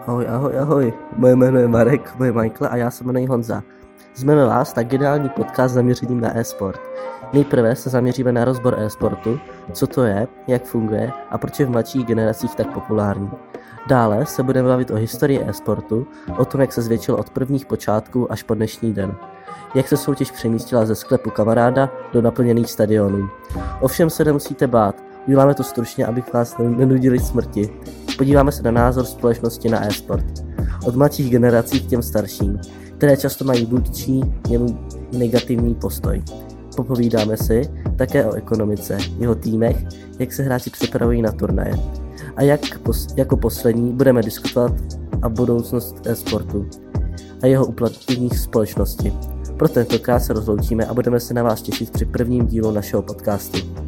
Ahoj. Moje jméno je Marek, moje Michael a já se jmenuji Honza. Zveme vás na geniální podcast zaměřením na e-sport. Nejprve se zaměříme na rozbor e-sportu, co to je, jak funguje a proč je v mladších generacích tak populární. Dále se budeme bavit o historii e-sportu, o tom, jak se zvětšil od prvních počátků až po dnešní den. Jak se soutěž přemístila ze sklepu kamaráda do naplněných stadionů. Ovšem se nemusíte bát, uděláme to stručně, abych vás nenudili smrti. Podíváme se na názor společnosti na e-sport. Od mladších generací k těm starším, které často mají vůdčí nebo negativní postoj. Popovídáme si také o ekonomice, jeho týmech, jak se hráči připravují na turnaje. A jako poslední budeme diskutovat o budoucnost e-sportu a jeho uplatnění v společnosti. Pro tentokrát se rozloučíme a budeme se na vás těšit při prvním dílu našeho podcastu.